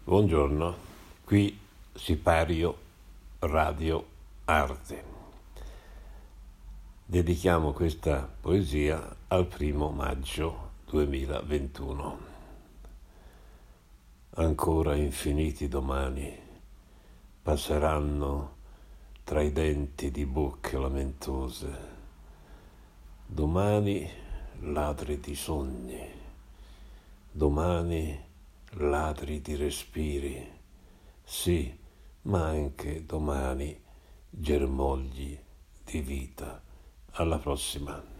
Buongiorno, qui Sipario Radio Arte. Dedichiamo questa poesia al 1° maggio 2021. Ancora infiniti domani passeranno tra i denti di bocche lamentose. Domani ladri di sogni, domani ladri di respiri, sì, ma anche domani germogli di vita. Alla prossima.